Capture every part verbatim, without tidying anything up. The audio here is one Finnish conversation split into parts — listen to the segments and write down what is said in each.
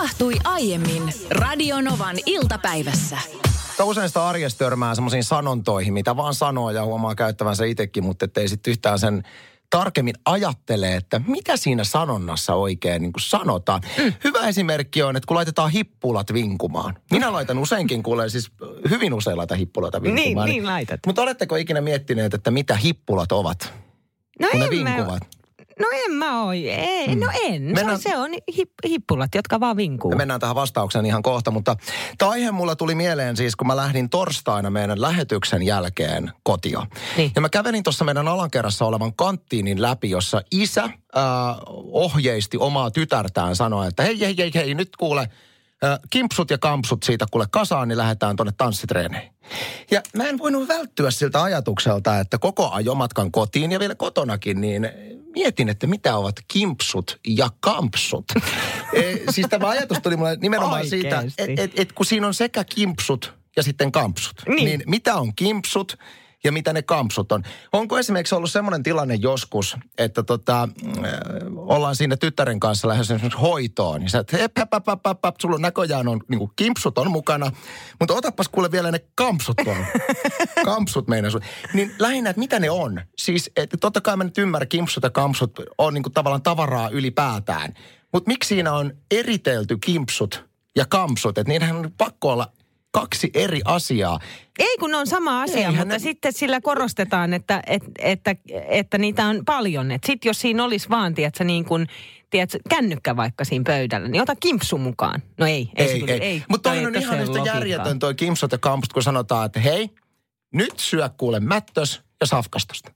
tapahtui aiemmin Radionovan iltapäivässä. Usein sitä arjessa törmää semmoisiin sanontoihin, mitä vaan sanoo ja huomaa käyttävänsä itsekin, mutta ettei sitten yhtään sen tarkemmin ajattele, että mitä siinä sanonnassa oikein niin kuin sanotaan. Mm. Hyvä esimerkki on, että kun laitetaan hippulat vinkumaan. Minä laitan useinkin, kuulee siis hyvin usein laitan hippuloita vinkumaan. Niin, niin laitat. Mutta oletteko ikinä miettineet, että mitä hippulat ovat, no kun ne en vinkuvat? Mä... No en mä oo. Ei, mm. No en. Mennään... Se on, se on hip, hippulat, jotka vaan vinkuu. Me mennään tähän vastaukseen ihan kohta, mutta tämä aihe mulla tuli mieleen siis, kun mä lähdin torstaina meidän lähetyksen jälkeen kotia. Niin. Ja mä kävelin tuossa meidän alankerrassa olevan kanttiinin läpi, jossa isä äh, ohjeisti omaa tytärtään sanoa, että hei, hei, hei, hei, nyt kuule, äh, kimpsut ja kampsut siitä kuule kasaan, niin lähdetään tuonne tanssitreeneihin. Ja mä en voinut välttyä siltä ajatukselta, että koko ajomatkan kotiin ja vielä kotonakin, niin mietin, että mitä ovat kimpsut ja kampsut. e, siis tämä ajatus tuli mulle nimenomaan Oikeesti. siitä, että et, et kun siinä on sekä kimpsut ja sitten kampsut. Niin. niin mitä on kimpsut ja mitä ne kampsut on? Onko esimerkiksi ollut semmoinen tilanne joskus, että tota, äh, ollaan siinä tyttären kanssa lähdössä esimerkiksi hoitoon. Niin sä, että hep, hep, hep, hep, hep, sulla näköjään on, niin kuin kimpsut on mukana, mutta otapas kuule vielä ne kampsut on. Kampsut meinaa sun. Niin lähinnä, että mitä ne on? Siis, että totta kai mä nyt ymmärrän, kimpsut ja kampsut on niin kuin tavallaan tavaraa ylipäätään. Mutta miksi siinä on eritelty kimpsut ja kampsut? Että niinhän on pakko olla kaksi eri asiaa. Ei, kun ne on sama asia, Eihän mutta ne... sitten sillä korostetaan, että, että, että, että niitä on paljon. Sitten jos siinä olisi vaan, tiedätkö, niin kuin, tiedätkö, kännykkä vaikka siinä pöydällä, niin ota kimpsu mukaan. No ei. Ei, ei. ei. ei. Mutta toi on ihan yhtä järjetön toi kimpsut ja kampsut, kun sanotaan, että hei, nyt syö kuule mättös ja safkastosta.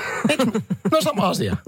No sama asia.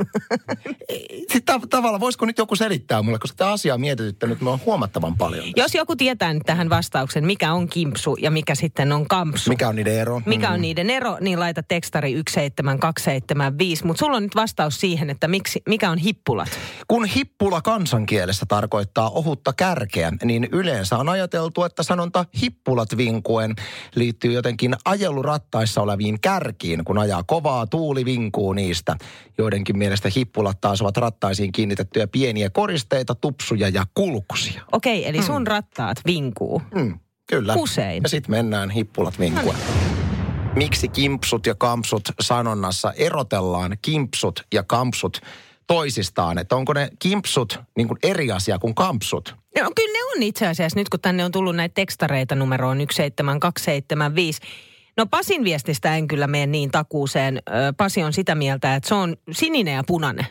Sitten tav- tavallaan voisiko nyt joku selittää mulle, koska tämä asia on mietityttänyt minua huomattavan paljon. Jos joku tietää nyt tähän vastauksen, mikä on kimpsu ja mikä sitten on kampsu. Mikä on niiden ero? Mikä on niiden ero, niin laita tekstari yksi seitsemän kaksi seitsemän viisi. Mutta sulla on nyt vastaus siihen, että miksi, mikä on hippulat. Kun hippula kansankielessä tarkoittaa ohutta kärkeä, niin yleensä on ajateltu, että sanonta hippulat vinkuen liittyy jotenkin ajelurattaissa oleviin kärkiin, kun ajaa kovaa, tuuli vinkuu niistä. Joidenkin mielestä hippulat taas ovat rattaisiin kiinnitettyjä pieniä koristeita, tupsuja ja kulkusia. Okei, eli sun hmm. rattaat vinkuu. Hmm, kyllä. Usein. Ja sitten mennään hippulat vinkuen. Hmm. Miksi kimpsut ja kampsut sanonnassa erotellaan kimpsut ja kampsut toisistaan? Että onko ne kimpsut niin kuin eri asia kuin kampsut? No kyllä ne on itse asiassa, nyt kun tänne on tullut näitä tekstareita numeroon yksi seitsemän kaksi seitsemän viisi. No Pasin viestistä en kyllä mene niin takuuseen. Pasi on sitä mieltä, että se on sininen ja punainen.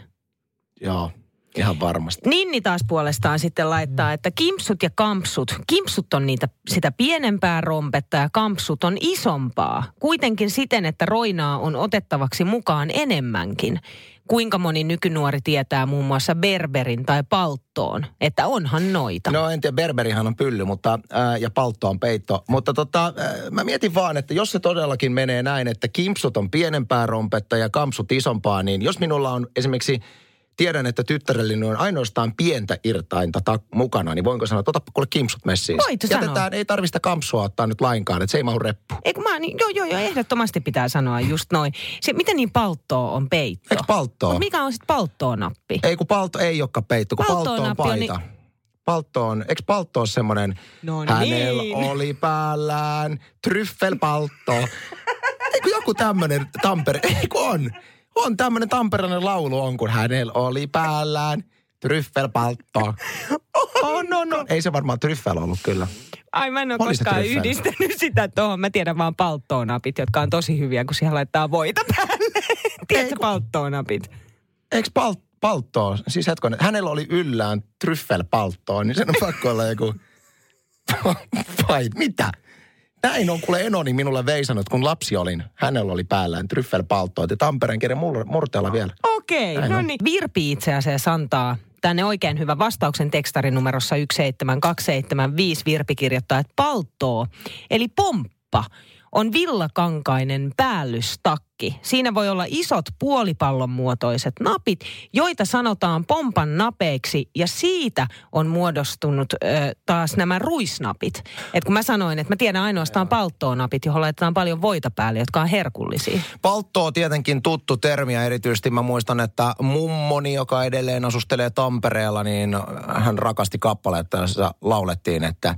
Joo, ihan varmasti. Ninni taas puolestaan sitten laittaa, että kimpsut ja kampsut. Kimpsut on niitä, sitä pienempää rompetta ja kampsut on isompaa. Kuitenkin siten, että roinaa on otettavaksi mukaan enemmänkin. Kuinka moni nykynuori tietää muun muassa berberin tai palttoon, että onhan noita. No en tiedä, berberihan on pylly mutta, ää, ja paltto on peitto. Mutta tota, ää, mä mietin vaan, että jos se todellakin menee näin, että kimpsut on pienempää rompetta ja kampsut isompaa, niin jos minulla on esimerkiksi, tiedän, että tyttärelleni on ainoastaan pientä irtainta ta- mukana, niin voinko sanoa, että otapa kuule kimpsut messiin. Voit sanoa. Jätetään, ei tarvista kampsua ottaa nyt lainkaan, että se ei mahu reppuun. Eikö mä, niin, joo, joo, joo, ehdottomasti pitää sanoa just noin. Se, miten niin palttoo on peitto? Eikö palttoo? Mut mikä on sitten palttoo-nappi? Ei kun paltto ei olekaan peitto, kun paltto on paita. On niin... Paltto on, eikö paltto ole semmoinen, no niin. Hänellä oli päällään tryffelpaltto. Eikö joku tämmöinen Tampere, eikö on? On tämmöinen tamperelainen laulu on, kun hänellä oli päällään tryffelpaltto. Oh, no, no. Ei se varmaan tryffel ollut kyllä. Ai mä en ole Oli koskaan yhdistänyt sitä tuohon. Mä tiedän vaan palttoonapit, jotka on tosi hyviä, kun siihen laittaa voita päälle. Tiedätkö palttoonapit? Eikö pal- palttoa? Siis hetkonen, hänellä oli yllään tryffelpalttoa, niin sen on pakko olla joku... Vai mitä? Näin on kuule Enoni minulle veisannut, kun lapsi olin. Hänellä oli päällään tryffelpalttoa. Ja Tampereen kirjan murteella vielä. Okei, okay, no niin. Virpi itse asiassa antaa tänne oikein hyvä vastauksen tekstarinumerossa yksi seitsemän kaksi seitsemän viisi. Virpi kirjoittaa, että palttoo, eli pomppa, on villakankainen päällystakki. Siinä voi olla isot puolipallon muotoiset napit, joita sanotaan pompan napeiksi, ja siitä on muodostunut ö, taas nämä ruisnapit. Et kun mä sanoin, että mä tiedän ainoastaan palttoonapit, johon laitetaan paljon voita päälle, jotka on herkullisia. Paltto on tietenkin tuttu termi, ja erityisesti mä muistan, että mummoni, joka edelleen asustelee Tampereella, niin hän rakasti kappaletta, jossa laulettiin, että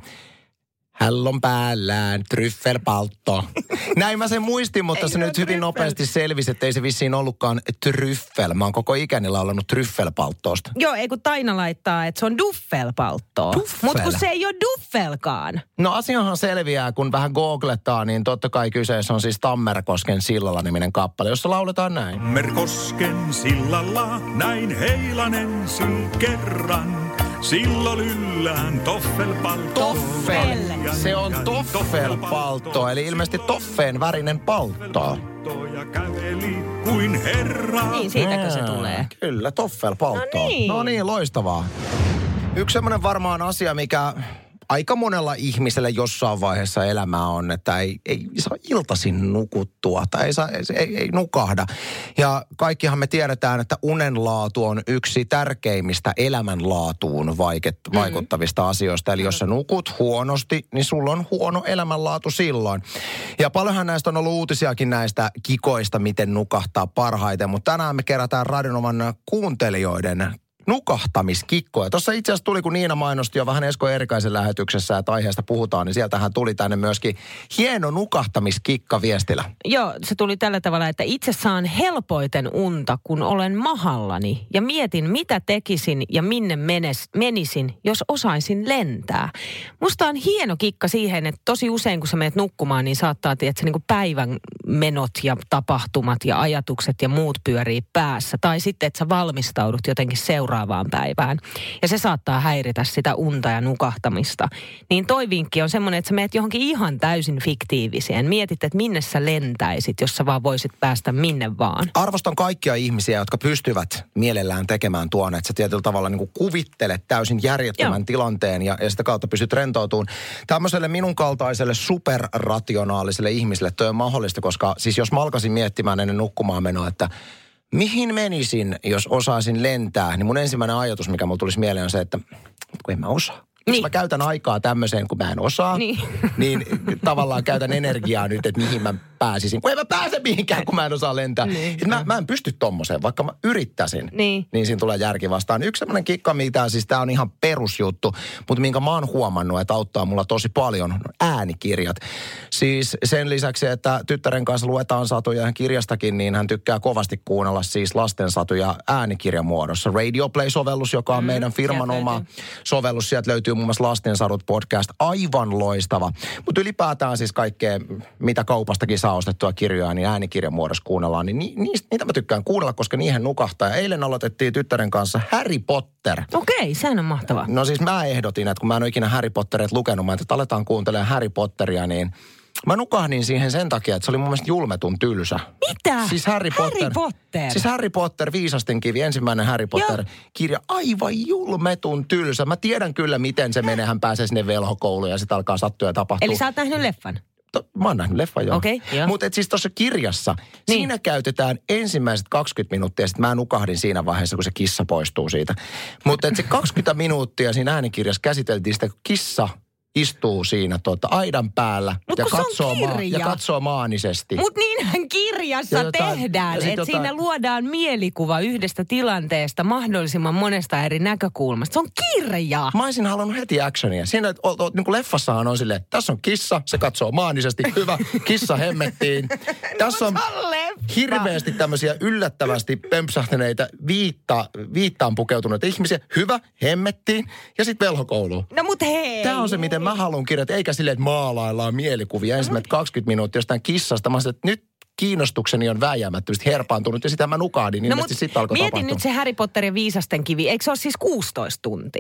hän on päällään tryffelpaltto. Näin mä sen muistin, mutta se nyt tryffel. hyvin nopeasti selvisi, että ei se vissiin ollutkaan tryffel. Mä oon koko ikäni laulannut tryffelpalttoosta. Joo, ei kun Taina laittaa, että se on duffelpalttoa. Duffel. Mutta kun se ei ole duffelkaan. No asiahan selviää, kun vähän googlettaa, niin totta kai kyseessä on siis Tammerkosken sillalla niminen kappale, jossa lauletaan näin. Tammerkosken sillalla näin heilanensi kerran. Silloin yllään toffelpaltto. Toffel. Se on toffelpaltto, eli ilmeisesti toffeen värinen paltto. Ja käveli kuin herra. Niin, siitäkö se tulee? Kyllä, toffelpaltto. No niin. No niin, loistavaa. Yksi semmoinen varmaan asia, mikä aika monella ihmisellä jossain vaiheessa elämää on, että ei, ei saa iltaisin nukuttua tai ei, saa, ei, ei nukahda. Ja kaikkihan me tiedetään, että unenlaatu on yksi tärkeimmistä elämänlaatuun vaiket, vaikuttavista mm-hmm. asioista. Eli jos sä nukut huonosti, niin sulla on huono elämänlaatu silloin. Ja paljonhan näistä on ollut uutisiakin näistä kikoista, miten nukahtaa parhaiten. Mutta tänään me kerätään Radio Novan kuuntelijoiden nukahtamiskikkoja. Tuossa itse asiassa tuli, kun Niina mainosti jo vähän Esko Erikaisen lähetyksessä, että aiheesta puhutaan, niin sieltähän tuli tänne myöskin hieno nukahtamiskikka viestillä. Joo, se tuli tällä tavalla, että itse saan helpoiten unta, kun olen mahallani ja mietin, mitä tekisin ja minne menes, menisin, jos osaisin lentää. Musta on hieno kikka siihen, että tosi usein, kun sä menet nukkumaan, niin saattaa, että niin kuin päivän menot ja tapahtumat ja ajatukset ja muut pyörii päässä. Tai sitten, että sä valmistaudut jotenkin seuraavaan päivään. Ja se saattaa häiritä sitä unta ja nukahtamista. Niin toi vinkki on semmoinen, että sä meet johonkin ihan täysin fiktiiviseen. Mietit, että minne sä lentäisit, jos sä vaan voisit päästä minne vaan. Arvostan kaikkia ihmisiä, jotka pystyvät mielellään tekemään tuon, että sä tietyllä tavalla niin kuin kuvittelet täysin järjettömän Joo. tilanteen ja, ja sitä kautta pystyt rentoutumaan. Tämmöiselle minun kaltaiselle superrationaaliselle ihmiselle toi on mahdollista, koska siis jos mä alkaisin miettimään ennen nukkumaan menoa, että mihin menisin, jos osaisin lentää, niin mun ensimmäinen ajatus, mikä mulla tulisi mieleen on se, että kun en mä osaa. Jos niin. mä käytän aikaa tämmöiseen, kun mä en osaa, niin, niin tavallaan käytän energiaa nyt, että mihin mä pääsisin. Kun en mä pääse mihinkään, kun mä en osaa lentää. Niin. Mä, mä en pysty tommoseen, vaikka mä yrittäisin. Niin. Niin siinä tulee järki vastaan. Yksi semmoinen kikka, mitä siis tää on ihan perusjuttu, mutta minkä mä oon huomannut, että auttaa mulla tosi paljon, on äänikirjat. Siis sen lisäksi, että tyttären kanssa luetaan satuja kirjastakin, niin hän tykkää kovasti kuunnella siis lastensatuja äänikirjamuodossa. Radio Play-sovellus, joka on mm, meidän firman oma löytyy. sovellus. Sieltä löytyy muun muassa Lastensadut podcast. Aivan loistava. Mutta ylipäätään siis kaikkea, mitä kaupastakin saa ostettua kirjoja, niin äänikirjamuodossa kuunnellaan. Niin ni, niistä, niitä mä tykkään kuunnella, koska niihin nukahtaa. Ja eilen aloitettiin tyttären kanssa Harry Potter. Okei, sehän on mahtavaa. No siis mä ehdotin, että kun mä en ole ikinä Harry Pottereita lukenut, mä että aletaan kuuntelemaan Harry Potteria, niin mä nukahdin siihen sen takia, että se oli mun mielestä julmetun tylsä. Mitä? Siis Harry Potter. Harry Potter. Siis Harry Potter, Viisasten kivi, ensimmäinen Harry Potter-kirja. Aivan julmetun tylsä. Mä tiedän kyllä, miten se menee. Hän pääsee sinne velhokouluun ja sitten alkaa sattua ja tapahtua. Eli sä oot nähnyt leffan? To, mä oon nähnyt leffan, joo. Okei, okay, joo. Mutta siis tuossa kirjassa, niin. siinä käytetään ensimmäiset kaksikymmentä minuuttia, sitten mä nukahdin siinä vaiheessa, kun se kissa poistuu siitä. Mutta se kaksikymmentä minuuttia siinä äänikirjassa käsiteltiin sitä, kun kissa istuu siinä tuota aidan päällä ja katsoo, maa, ja katsoo maanisesti. Mutta niinhän kirjassa jotain, tehdään, että jotain... siinä luodaan mielikuva yhdestä tilanteesta mahdollisimman monesta eri näkökulmasta. Se on kirja! Mä olisin halunnut heti actionia. Siinä o, o, niin kuin leffassahan on silleen, tässä on kissa, se katsoo maanisesti, hyvä, kissa hemmettiin. Tässä on hirveästi tämmöisiä yllättävästi pempsähtäneitä viitta, viittaan pukeutuneita ihmisiä. Hyvä, hemmettiin ja sitten velhokouluun. No mut hei! Tämä on se, miten mä haluan kirjata, eikä silleen, että maalaillaan mielikuvia. Ensimmäiset kaksikymmentä minuuttia jostain kissasta. Mä sanoin, että nyt kiinnostukseni on vääjäämättömästi herpaantunut ja sitä mä nukahdin, niin no, sitten alkoi mietin tapahtua. Nyt se Harry Potter ja Viisasten kivi, eikö se ole siis kuusitoista tuntia?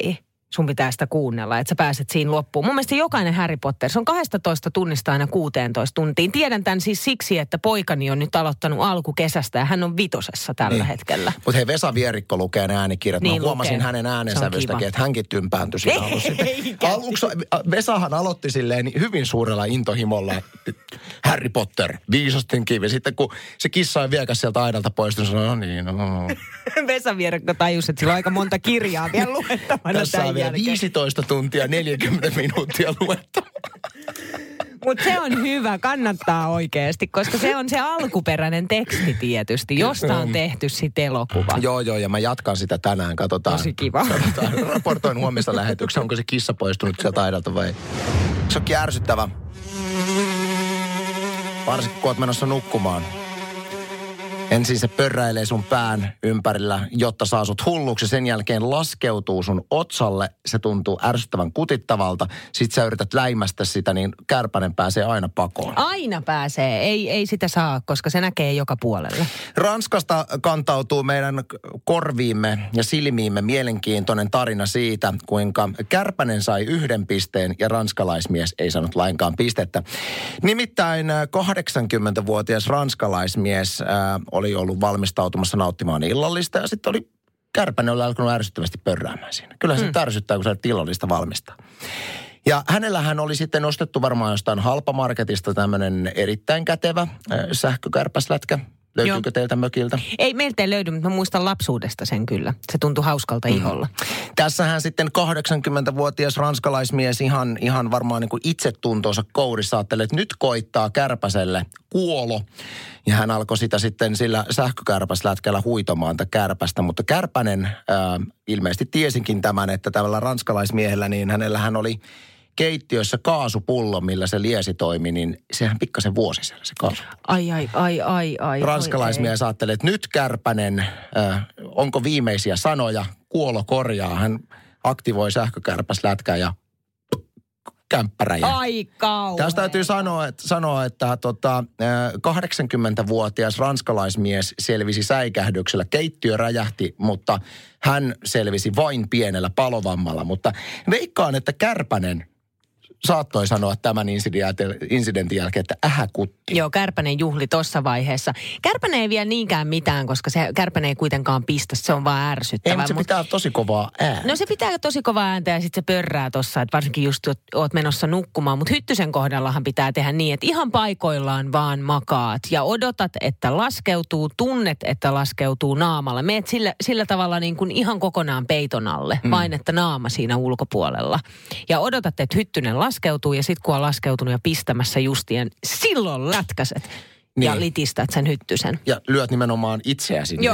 sun pitää sitä kuunnella, että sä pääset siinä loppuun. Mun mielestä jokainen Harry Potter, se on kaksitoista tunnista aina kuusitoista tuntiin. Tiedän tämän siis siksi, että poikani on nyt aloittanut alkukesästä ja hän on vitosessa tällä niin. hetkellä. Mutta hei, Vesa Vierikko lukee ne äänikirjat. Niin, mä huomasin lukee. Hänen äänensävystäkin, että hänkin tympääntyi siinä alussa. Aluksi Vesahan aloitti silleen hyvin suurella intohimolla Harry Potter, viisasten kivi. Sitten kun se kissa on viekäs sieltä aidalta pois, niin sanoi, no niin, no. Vesa Vierikko tajusi, että sillä on aika monta kirjaa vielä luettavana. Tässä on vielä viisitoista tuntia neljäkymmentä minuuttia luettavana. Mutta se on hyvä, kannattaa oikeasti, koska se on se alkuperäinen teksti tietysti, josta on tehty sitten elokuva. Joo, joo, ja mä jatkan sitä tänään, katsotaan. Tosi kiva. Katsotaan, raportoin huomista lähetyksessä, onko se kissa poistunut sieltä aidalta vai. Se onkin ärsyttävä. Varsinkin kun oot menossa nukkumaan. Ensin se pörräilee sun pään ympärillä, jotta saa sut hulluksi. Sen jälkeen laskeutuu sun otsalle. Se tuntuu ärsyttävän kutittavalta. Sitten sä yrität läimästä sitä, niin kärpänen pääsee aina pakoon. Aina pääsee. Ei, ei sitä saa, koska se näkee joka puolella. Ranskasta kantautuu meidän korviimme ja silmiimme mielenkiintoinen tarina siitä, kuinka kärpänen sai yhden pisteen ja ranskalaismies ei saanut lainkaan pistettä. Nimittäin kahdeksankymmentävuotias ranskalaismies äh, oli ollut valmistautumassa nauttimaan illallista ja sitten oli kärpänen oli alkanut ärsyttävästi pörräämään siinä. Kyllä se hmm. ärsyttää, kun sä et illallista valmistaa. Ja hänellähän oli sitten ostettu varmaan jostain halpamarketista tämmöinen erittäin kätevä äh, sähkökärpäslätkä. Löytyykö Joo. teiltä mökiltä? Ei, meiltä ei löydy, mutta mä muistan lapsuudesta sen kyllä. Se tuntui hauskalta mm. iholla. Tässähän sitten kahdeksankymmentävuotias ranskalaismies ihan, ihan varmaan niin kuin itsetuntonsa kourissa ajattelee, että nyt koittaa kärpäselle kuolo. Ja hän alkoi sitä sitten sillä sähkökärpäslätkällä huitomaan tätä kärpästä. Mutta kärpänen äh, ilmeisesti tiesinkin tämän, että tällä ranskalaismiehellä, niin hänellähän oli keittiössä kaasupullo, millä se liesi toimi, niin sehän pikkasen vuosi siellä se kaasu. Ai, ai, ai, ai, ai. Ranskalaismies ajattelee, että nyt kärpänen, äh, onko viimeisiä sanoja, kuolo korjaa. Hän aktivoi sähkökärpäslätkää ja kämppäräjä. Ai kauhean. Tästä täytyy sanoa, että, sanoa, että tota, kahdeksankymmentävuotias ranskalaismies selvisi säikähdyksellä. Keittiö räjähti, mutta hän selvisi vain pienellä palovammalla. Mutta veikkaan, että kärpänen saattoi sanoa tämän incidentin jälkeen, että ähä kutti. Joo, kärpänen juhli tuossa vaiheessa. Kärpänen ei vie niinkään mitään, koska se kärpänen ei kuitenkaan pistä, se on vaan ärsyttävä. Ei, mutta se mut... pitää tosi kovaa ääntä. No se pitää tosi kovaa ääntä ja sitten se pörrää tuossa, että varsinkin just oot menossa nukkumaan. Mutta Hyttysen kohdallahan pitää tehdä niin, että ihan paikoillaan vaan makaat ja odotat, että laskeutuu, tunnet, että laskeutuu naamalla. Meet sillä, sillä tavalla niin kuin ihan kokonaan peiton alle, mm. vain että naama siinä ulkopuolella. Ja odotat, että Hyttynen laskeutuu ja sitten kun on laskeutunut ja pistämässä justien, silloin lätkäset niin. Ja litistät sen Hyttysen. Ja lyöt nimenomaan itseäsi. Joo.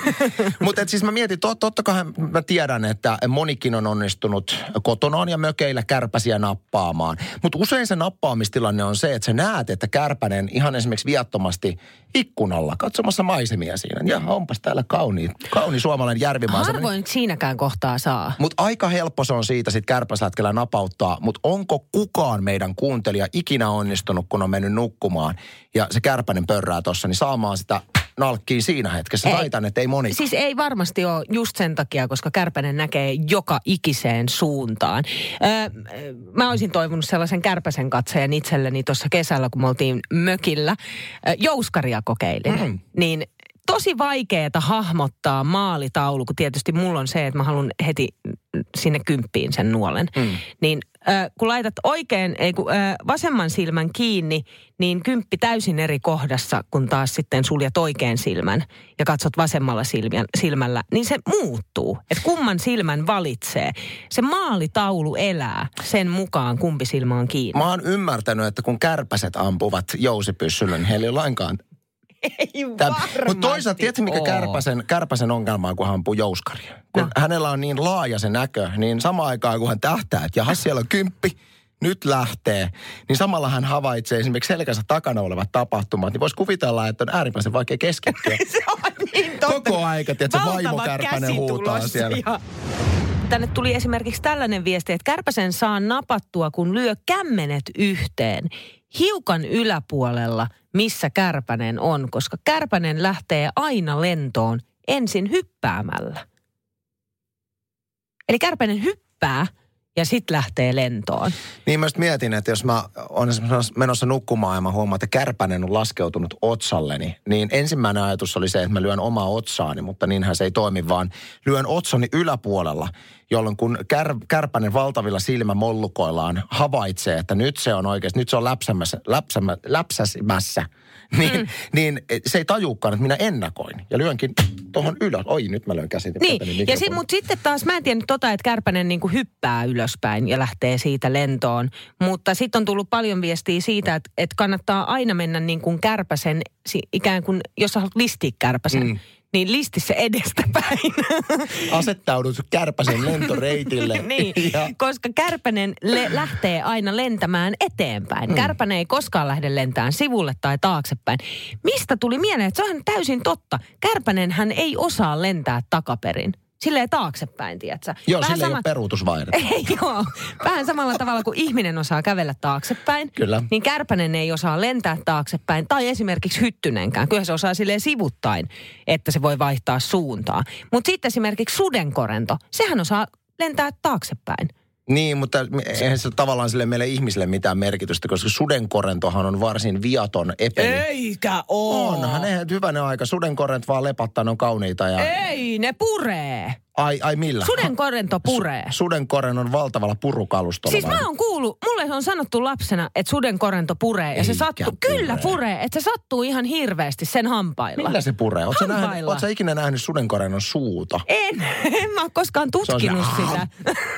Mutta siis mä mietin, tot, tottakohan mä tiedän, että monikin on onnistunut kotonaan ja mökeillä kärpäsiä nappaamaan. Mutta usein se nappaamistilanne on se, että sä näet, että kärpänen ihan esimerkiksi viattomasti ikkunalla katsomassa maisemia siinä. Ja onpas täällä kauni, kauni suomalainen järvimaisema. Harvoin siinäkään kohtaa saa. Mutta aika helppo se on siitä sit kärpäslätkällä napauttaa. Mutta onko kukaan meidän kuuntelija ikinä onnistunut, kun on mennyt nukkumaan ja se kärpänen pörrää tuossa, niin saamaan sitä nalkkiin siinä hetkessä. Taitan, että ei moni. Siis ei varmasti ole just sen takia, koska kärpänen näkee joka ikiseen suuntaan. Öö, mä olisin toivonut sellaisen kärpäsen katseen itselleni tuossa kesällä, kun me oltiin mökillä. Öö, jouskaria kokeilin. Mm. Niin tosi vaikeeta hahmottaa maalitaulu, kun tietysti mulla on se, että mä haluan heti sinne kymppiin sen nuolen. Mm. Niin äh, kun laitat oikein, ei kun äh, vasemman silmän kiinni, niin kymppi täysin eri kohdassa, kun taas sitten suljet oikein silmän ja katsot vasemmalla silmän, silmällä, niin se muuttuu. Että kumman silmän valitsee. Se maalitaulu elää sen mukaan, kumpi silmä on kiinni. Mä oon ymmärtänyt, että kun kärpäset ampuvat jousipyssyllä, niin heillä ei ole lainkaan. Ei varmasti. Mutta toisaalta, tiedätkö mikä kärpäsen, kärpäsen ongelma on, kun hän ampuu jouskaria? Kun no. hänellä on niin laaja se näkö, niin samaan aikaan kun hän tähtää, että jahas siellä on kymppi, nyt lähtee, niin samalla hän havaitsee esimerkiksi selkänsä takana olevat tapahtumat, niin voisi kuvitella, että on äärimmäisen vaikea keskittyä. Se on niin totta. Koko aika, että se vaimokärpänen huutaa siellä. Ja... Tänne tuli esimerkiksi tällainen viesti, että kärpäsen saa napattua, kun lyö kämmenet yhteen. Hiukan yläpuolella, missä kärpänen on, koska kärpänen lähtee aina lentoon ensin hyppäämällä. Eli kärpänen hyppää hyppää ja sitten lähtee lentoon. Niin mä mietin, että jos mä olen menossa nukkumaan ja mä huomaan, että kärpänen on laskeutunut otsalleni, niin ensimmäinen ajatus oli se, että mä lyön omaa otsaani, mutta niinhän se ei toimi, vaan lyön otsani yläpuolella, jolloin kun kär, kärpänen valtavilla silmämollukoillaan havaitsee, että nyt se on oikeasti, nyt se on läpsämässä, läpsämä, läpsämässä, niin, mm. niin se ei tajuukaan, että minä ennakoin ja lyönkin tuohon ylös. Oi, nyt mä lyön käsin. Niin, ja sit, mutta sitten taas mä en tiennyt tota, että kärpänen niinku hyppää ylöspäin ja lähtee siitä lentoon. Mutta sitten on tullut paljon viestiä siitä, että, että kannattaa aina mennä niin kuin kärpäsen, ikään kuin jos sä haluat listiä kärpäsen, mm. niin listissä edestäpäin. Asettaudut kärpäsen lentoreitille. Niin, ja... koska kärpänen le- lähtee aina lentämään eteenpäin. Mm. Kärpänen ei koskaan lähde lentämään sivulle tai taaksepäin. Mistä tuli mieleen, että se on täysin totta. Kärpänen hän ei osaa lentää takaperin. Silleen taaksepäin, tiedätkö? Joo, sillä sama... ei ole peruutusvaihetta. Joo, vähän samalla tavalla kuin ihminen osaa kävellä taaksepäin. Kyllä. Niin kärpänen ei osaa lentää taaksepäin. Tai esimerkiksi hyttynenkään. Kyllä se osaa silleen sivuttain, että se voi vaihtaa suuntaa. Mutta sitten esimerkiksi sudenkorento, sehän osaa lentää taaksepäin. Niin, mutta eihän se tavallaan sille meille ihmisille mitään merkitystä, koska sudenkorentohan on varsin viaton epeli. Eikä oo. Onhan ne hyvänä aika. Sudenkorent vaan lepattaa, ne on kauniita. Ja... Ei, ne puree. Ai, ai millä? Sudenkorento puree. Su- sudenkoren on valtavalla purukalustolla. Siis mä oon kuullut, mulle on sanottu lapsena, että sudenkorento puree. Ja Eikä se sattuu, puree. Kyllä puree, että se sattuu ihan hirveästi sen hampailla. Millä se puree? Ootko hampailla. Ootko sä ikinä nähnyt sudenkorennon suuta? En, en mä ole koskaan tutkinut se sitä.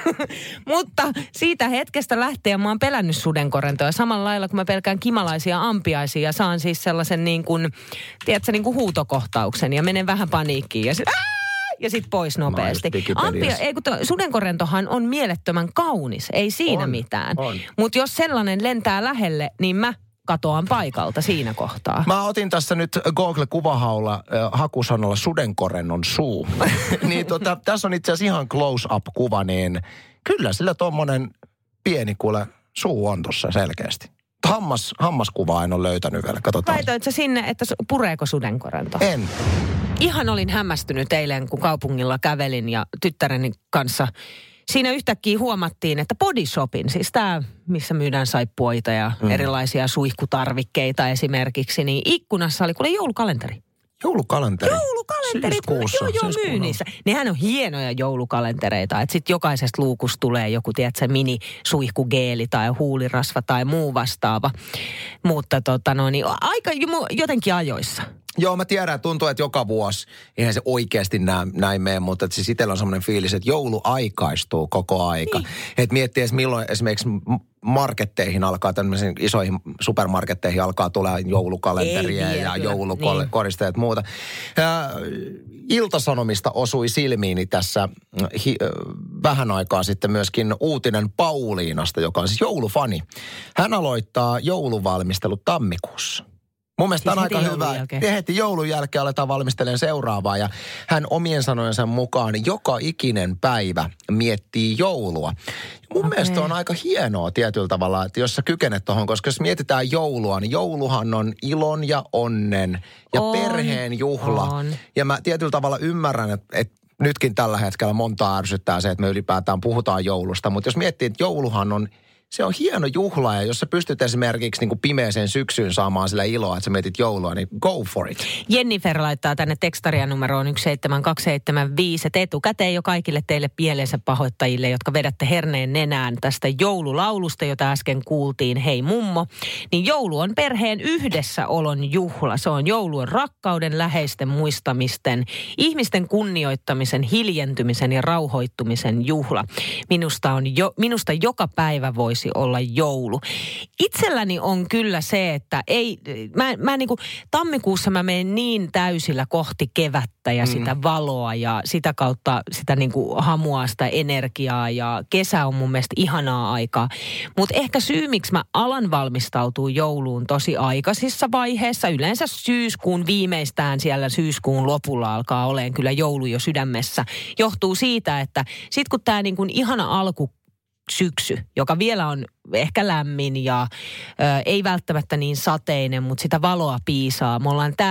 Mutta siitä hetkestä lähtien mä oon pelännyt sudenkorentoa. Samalla lailla, kun mä pelkään kimalaisia ampiaisia ja saan siis sellaisen niin kuin, tiedätkö, niin kuin huutokohtauksen ja menen vähän paniikkiin ja sit, ja sitten pois nopeasti. Ampia, ei kun to, sudenkorentohan on mielettömän kaunis, ei siinä on, mitään. Mutta jos sellainen lentää lähelle, niin mä katoan paikalta siinä kohtaa. Mä otin tässä nyt Google-kuvahaulla äh, hakusanalla sudenkorennon suu. niin tota, tässä on itse asiassa ihan close-up-kuva, niin kyllä sillä tommonen pieni kuule suu on tossa selkeästi. Hammas, hammaskuvaa en ole löytänyt vielä, katsotaan. Laitoit sä sinne, että pureeko sudenkorento? En. Ihan olin hämmästynyt eilen, kun kaupungilla kävelin ja tyttäreni kanssa. Siinä yhtäkkiä huomattiin, että Body Shopin, siis tämä, missä myydään saippuoita ja mm. erilaisia suihkutarvikkeita esimerkiksi, niin ikkunassa oli kuule joulukalenteri. Joulukalenteri? Joulukalenteri. Syyskuussa. Joo, joo, myynnissä. Nehän on hienoja joulukalentereita, että sitten jokaisesta luukusta tulee joku, tiedätkö, mini-suihkugeeli tai huulirasva tai muu vastaava. Mutta tota no, niin aika jotenkin ajoissa. Joo, mä tiedän, tuntuu, että joka vuosi, eihän se oikeasti näin, näin mene, mutta että siis itsellä on semmoinen fiilis, että joulu aikaistuu koko aika. Niin. Että miettii edes milloin esimerkiksi marketteihin alkaa, tämmöisiin isoihin supermarketteihin alkaa tulla joulukalenteria ja joulukoristeet ja muuta. Ja Ilta-Sanomista osui silmiini tässä hi, vähän aikaa sitten myöskin uutinen Pauliinasta, joka on siis joulufani. Hän aloittaa jouluvalmistelut tammikuussa. Mun mielestä siis on aika hyvä. Ja heti joulun jälkeen aletaan valmistelemaan seuraavaa. Ja hän omien sanojensa mukaan joka ikinen päivä miettii joulua. Ja mun okay. mielestä on aika hienoa tietyllä tavalla, että jos sä kykenet tohon, koska jos mietitään joulua, niin jouluhan on ilon ja onnen ja on, perheen juhla. On. Ja mä tietyllä tavalla ymmärrän, että, että nytkin tällä hetkellä montaa ärsyttää se, että me ylipäätään puhutaan joulusta. Mutta jos miettii, että jouluhan on... Se on hieno juhla ja jos sä pystyt esimerkiksi niin kuin pimeeseen syksyyn saamaan sillä iloa, että sä mietit joulua, niin go for it. Jennifer laittaa tänne tekstaria numeroon yksi seitsemän kaksi seitsemän viisi, että etukäteen jo kaikille teille pieleensä pahoittajille, jotka vedätte herneen nenään tästä joululaulusta, jota äsken kuultiin, hei mummo. Niin joulu on perheen yhdessäolon juhla. Se on joulun rakkauden, läheisten muistamisten, ihmisten kunnioittamisen, hiljentymisen ja rauhoittumisen juhla. Minusta, on jo, minusta joka päivä voi olla joulu. Itselläni on kyllä se, että ei, mä, mä niin kuin, tammikuussa mä menen niin täysillä kohti kevättä ja mm. sitä valoa ja sitä kautta sitä niin kuin hamua, sitä energiaa ja kesä on mun mielestä ihanaa aikaa. Mutta ehkä syy, miksi mä alan valmistautua jouluun tosi aikaisissa vaiheessa, yleensä syyskuun viimeistään siellä syyskuun lopulla alkaa olemaan kyllä joulu jo sydämessä, johtuu siitä, että sit kun tää niin kuin ihana alku syksy, joka vielä on ehkä lämmin ja ö, ei välttämättä niin sateinen, mutta sitä valoa piisaa. Me ollaan tää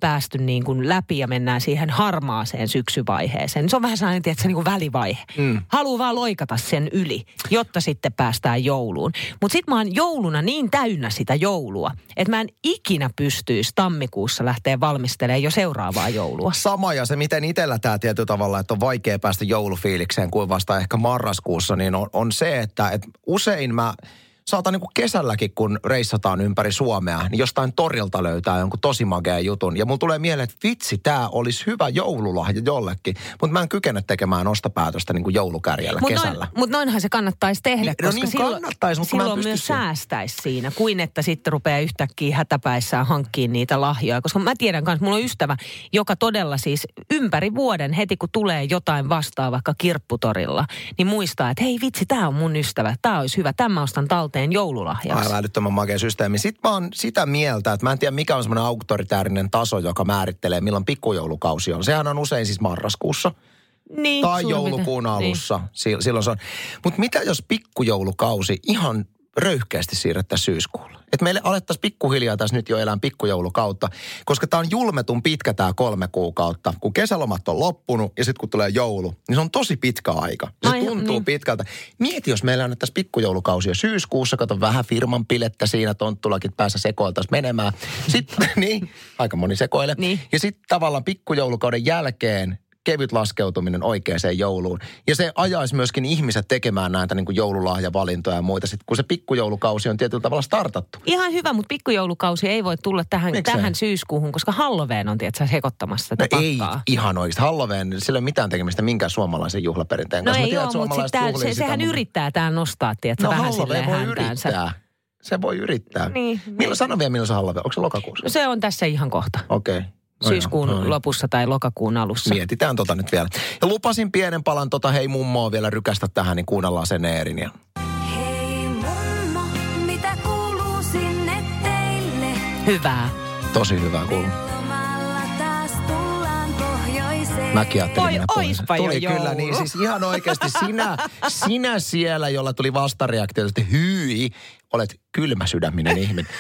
päästy niin kuin läpi ja mennään siihen harmaaseen syksyvaiheeseen. Se on vähän sellainen, tiedätkö, niin kuin välivaihe. Mm. Haluaa vaan loikata sen yli, jotta sitten päästään jouluun. Mutta sitten mä oon jouluna niin täynnä sitä joulua, että mä en ikinä pystyisi tammikuussa lähteä valmistelemaan jo seuraavaa joulua. Sama, ja se miten itsellä tämä tietyllä tavalla, että on vaikea päästä joulufiilikseen kuin vasta ehkä marraskuussa, niin on, on se, että et usein mä saatan niin kuin kesälläkin, kun reissataan ympäri Suomea, niin jostain torilta löytää jonkun tosi makean jutun. Ja mulla tulee mieleen, että vitsi, tää olisi hyvä joululahja jollekin. Mutta mä en kykene tekemään ostopäätöstä niin kuin joulukärjellä mut kesällä. Mutta noinhan se kannattaisi tehdä, niin, koska no niin, silloin, kannattais, mutta silloin myös säästäisi siinä, kuin että sitten rupeaa yhtäkkiä hätäpäissään hankkimaan niitä lahjoja. Koska mä tiedän kanssa, mulla on ystävä, joka todella siis ympäri vuoden, heti kun tulee jotain vastaan vaikka kirpputorilla, niin muistaa, että hei vitsi, tää on mun ystävä, tää olisi hyvä, tämä ostan talteen joululahja. Aivan älyttömän makea systeemi. Sitten mä oon sitä mieltä, että mä en tiedä mikä on semmoinen auktoritäärinen taso, joka määrittelee milloin pikkujoulukausi on. Sehän on usein siis marraskuussa. Niin, tai joulukuun mitä? alussa. Niin. Silloin se on. Mutta mitä jos pikkujoulukausi ihan röyhkeästi siirrettäisiin syyskuulle? Että meille alettaisiin pikkuhiljaa tässä nyt jo elää pikkujoulukautta, koska tämä on julmetun pitkä tämä kolme kuukautta. Kun kesälomat on loppunut ja sitten kun tulee joulu, niin se on tosi pitkä aika. Se Ai, tuntuu niin. pitkältä. Mieti, jos meillä annettaisiin pikkujoulukausi jo syyskuussa, kato vähän firman pilettä siinä, tonttulakin päässä sekoiltaisiin menemään. Sitten, niin, aika moni sekoile. Niin. Ja sitten tavallaan pikkujoulukauden jälkeen kevyt laskeutuminen oikeaan jouluun. Ja se ajaisi myöskin ihmiset tekemään näitä niin kuin joululahjavalintoja ja muita, sit, kun se pikkujoulukausi on tietyllä tavalla startattu. Ihan hyvä, mutta pikkujoulukausi ei voi tulla tähän, tähän syyskuuhun, koska Halloween on tietysti sekoittamassa tätä no pakkaa. Ei ihan oikeasti. Halloween, sillä ei ole mitään tekemistä minkään suomalaisen juhlaperinteen kanssa. No ei ole, mutta tää, se, sehän sitä, yrittää tää nostaa, tiedätkö, no, vähän silleen voi häntäänsä. Yrittää. Se voi yrittää. Niin, milloin, niin. Sano vielä, milloin se Halloween? Onko se lokakuussa? No se on tässä ihan kohta. Okei. Okay. No syyskuun no lopussa tai lokakuun alussa. Mietitään tota nyt vielä. Ja lupasin pienen palan tota hei mummoa vielä rykästä tähän, niin kuunnellaan sen Eerin. Ja... Hei mummo, mitä kuuluu sinne teille? Hyvää. Tosi hyvää kuuluu. Mäkin ajattelin mennä pois. Tuli jo kyllä, niin siis ihan oikeasti sinä, sinä siellä, jolla tuli vastareaktio, että hyi, olet kylmäsydäminen ihminen.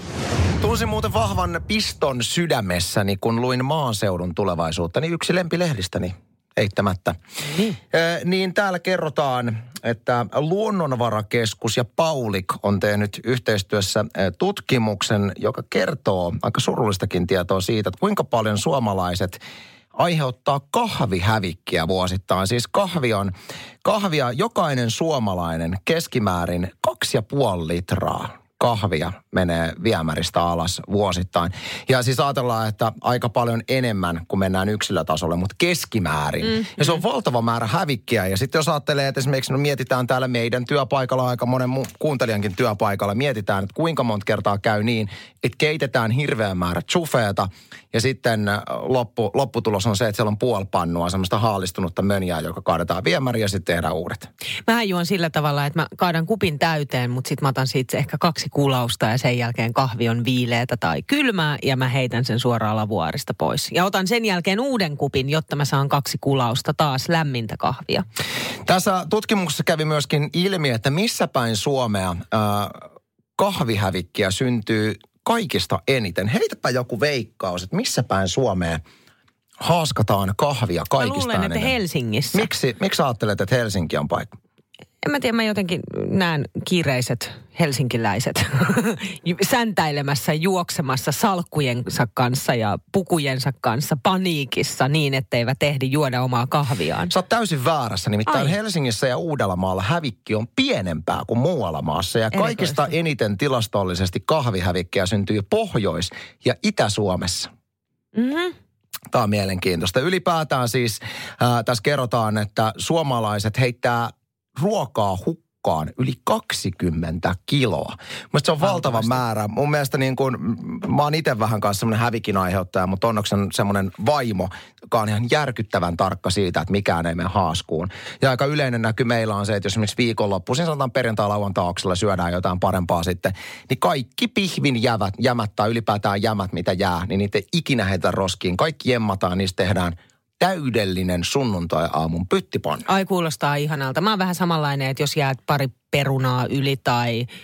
Tunsin muuten vahvan piston sydämessäni, kun luin Maaseudun Tulevaisuutta, niin yksi lempilehdistäni, eittämättä. Niin. Äh, niin täällä kerrotaan, että Luonnonvarakeskus ja Paulik on tehnyt yhteistyössä äh, tutkimuksen, joka kertoo aika surullistakin tietoa siitä, että kuinka paljon suomalaiset aiheuttaa kahvihävikkiä vuosittain. Siis kahvi on, kahvia jokainen suomalainen keskimäärin kaksi ja puoli litraa kahvia menee viemäristä alas vuosittain. Ja siis ajatellaan, että aika paljon enemmän, kun mennään yksilötasolle, mutta keskimäärin. Mm, ja se on mm. valtava määrä hävikkiä. Ja sitten jos ajattelee, että esimerkiksi no mietitään täällä meidän työpaikalla, aika monen mu- kuuntelijankin työpaikalla, mietitään, että kuinka monta kertaa käy niin, että keitetään hirveän määrä chufeeta ja sitten loppu, lopputulos on se, että siellä on puoli pannua, semmoista haalistunutta mönjää, joka kaadetaan viemäriin ja sitten tehdään uudet. Mähän juon sillä tavalla, että mä kaadan kupin täyteen, mutta sitten mä otan siitä ehkä kaksi kulausta ja sen jälkeen kahvi on viileätä tai kylmää ja mä heitän sen suoraan lavuaarista pois. Ja otan sen jälkeen uuden kupin, jotta mä saan kaksi kulausta taas lämmintä kahvia. Tässä tutkimuksessa kävi myöskin ilmi, että missä päin Suomea äh, kahvihävikkiä syntyy kaikista eniten. Heitäpä joku veikkaus, että missä päin Suomea haaskataan kahvia kaikista mä luulen, eniten. että Helsingissä. Miksi, miksi ajattelet, että Helsinki on paikka? En mä tiedä, mä jotenkin näen kiireiset helsinkiläiset säntäilemässä, juoksemassa salkkujensa kanssa ja pukujensa kanssa paniikissa niin, etteivät ehdi juoda omaa kahviaan. Sä oot täysin väärässä, nimittäin Ai. Helsingissä ja Uudellamaalla hävikki on pienempää kuin muualla maassa. Ja kaikista eniten tilastollisesti kahvihävikkiä syntyy Pohjois- ja Itä-Suomessa. Mm-hmm. Tämä on mielenkiintoista. Ylipäätään siis äh, tässä kerrotaan, että suomalaiset heittää ruokaa hukkaan yli kaksikymmentä kiloa. Mielestäni se on valtava määrä. Mun mielestä niin kuin, mä oon itse vähän kanssa semmoinen hävikin aiheuttaja, mutta onneksi on semmoinen vaimo, joka on ihan järkyttävän tarkka siitä, että mikään ei mene haaskuun. Ja aika yleinen näky meillä on se, että jos esimerkiksi viikonloppuisin sanotaan perjantai-lauantai-auksella syödään jotain parempaa sitten, niin kaikki pihvin jävät, jämät tai ylipäätään jämät, mitä jää, niin niitä ei ikinä heitä roskiin. Kaikki jemmataan, niistä tehdään täydellinen sunnuntai-aamun pyttipannu. Ai kuulostaa ihanalta. Mä oon vähän samanlainen, että jos jäät pari perunaa yli tai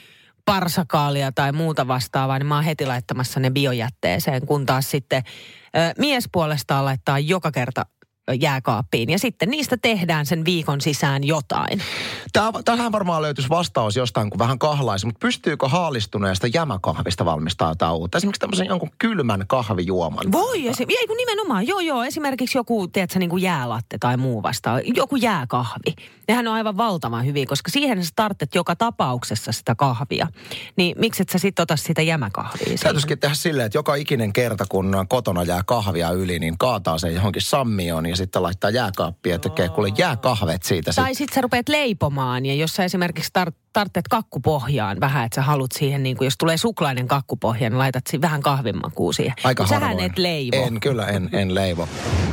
parsakaalia tai muuta vastaavaa, niin mä oon heti laittamassa ne biojätteeseen, kun taas sitten ö, mies puolestaan laittaa joka kerta jääkaappiin. Ja sitten niistä tehdään sen viikon sisään jotain. Tää, tähän varmaan löytyisi vastaus jostain, kun vähän kahlaisi, mutta pystyykö haalistuneesta jämäkahvista valmistaa jotain uutta? Esimerkiksi tämmöisen jonkun kylmän kahvijuoman. Voi, esi- ei kun nimenomaan, joo joo, esimerkiksi joku, tiedätkö, niin kuin jäälatte tai muu vastaan, joku jääkahvi. Nehän on aivan valtavan hyviä, koska siihen sä tarvitset joka tapauksessa sitä kahvia. Niin miksi et sä sit ota sitä jämäkahvia? Täytyisikin tehdä silleen, että joka ikinen kerta, kun kotona jää kahvia yli, niin kaataa sen johonkin sammioon ja sitten laittaa jääkaappia ja tekee kuule jääkahvet siitä. Tai sitten sä rupeat leipomaan ja jos sä esimerkiksi tar- tarvitset kakkupohjaan vähän, että sä haluat siihen, niin kuin jos tulee suklainen kakkupohja, niin laitat siihen vähän kahvimakua siihen. Aika Mut harvoin. Sähän et leivo. En, kyllä en, en leivo.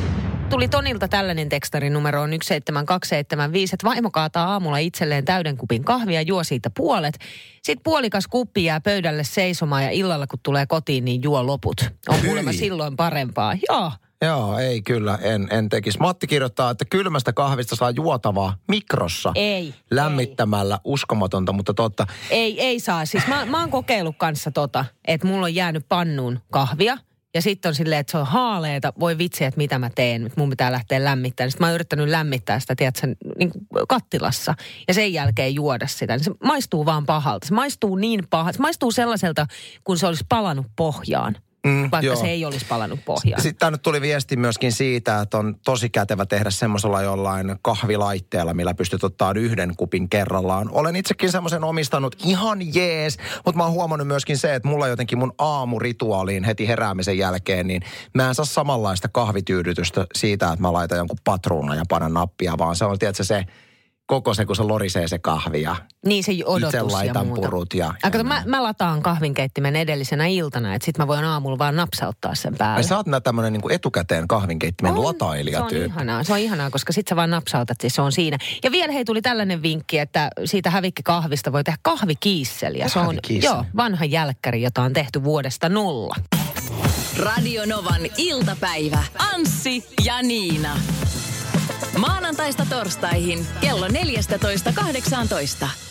Tuli Tonilta tällainen tekstarinumero on yksi seitsemän kaksi seitsemän viisi, että vaimo kaataa aamulla itselleen täyden kupin kahvia, juo siitä puolet. Sitten puolikas kuppi jää pöydälle seisomaan ja illalla kun tulee kotiin, niin juo loput. On kuulemma silloin parempaa. Joo. Joo, ei kyllä, en, en tekisi. Matti kirjoittaa, että kylmästä kahvista saa juotavaa mikrossa. Ei. Lämmittämällä, ei. Uskomatonta, mutta totta. Ei, ei saa. Siis mä, mä oon kokeillut kanssa tota, että mulla on jäänyt pannuun kahvia. Ja sitten on silleen, että se on haaleeta. Voi vitsi, että mitä mä teen. Nyt mun pitää lähteä lämmittämään. Sitten mä oon yrittänyt lämmittää sitä, tiedätkö, niin kuin kattilassa. Ja sen jälkeen juoda sitä. Se maistuu vaan pahalta. Se maistuu niin pahalta. Se maistuu sellaiselta, kun se olisi palannut pohjaan. Mm, vaikka joo. Se ei olisi palannut pohjaan. Sitten tänne tuli viesti myöskin siitä, että on tosi kätevä tehdä semmoisella jollain kahvilaitteella, millä pystyt ottaa yhden kupin kerrallaan. Olen itsekin semmoisen omistanut ihan jees, mutta mä oon huomannut myöskin se, että mulla jotenkin mun aamurituaaliin heti heräämisen jälkeen, niin mä en saa samanlaista kahvityydytystä siitä, että mä laitan jonkun patruunan ja panan nappia, vaan se on, tiedätkö, se koko se, kun se lorisee se kahvi ja niin se odotus itse laitan ja muuta. Purut. Ja, ja mä, mä lataan kahvinkeittimen edellisenä iltana, että sit mä voin aamulla vaan napsauttaa sen päälle. Ja sä oot tämmönen niin kuin etukäteen kahvinkeittimen on, latailijatyyppi. Se on ihanaa, se on ihanaa, koska sit sä vaan napsautat, siis se on siinä. Ja vielä hei tuli tällainen vinkki, että siitä hävikkikahvista voi tehdä kahvikiisseliä. Se on joo, vanha jälkkäri, jota on tehty vuodesta nolla. Radio Novan iltapäivä. Anssi ja Niina. Maanantaista torstaihin kello neljätoista kahdeksantoista.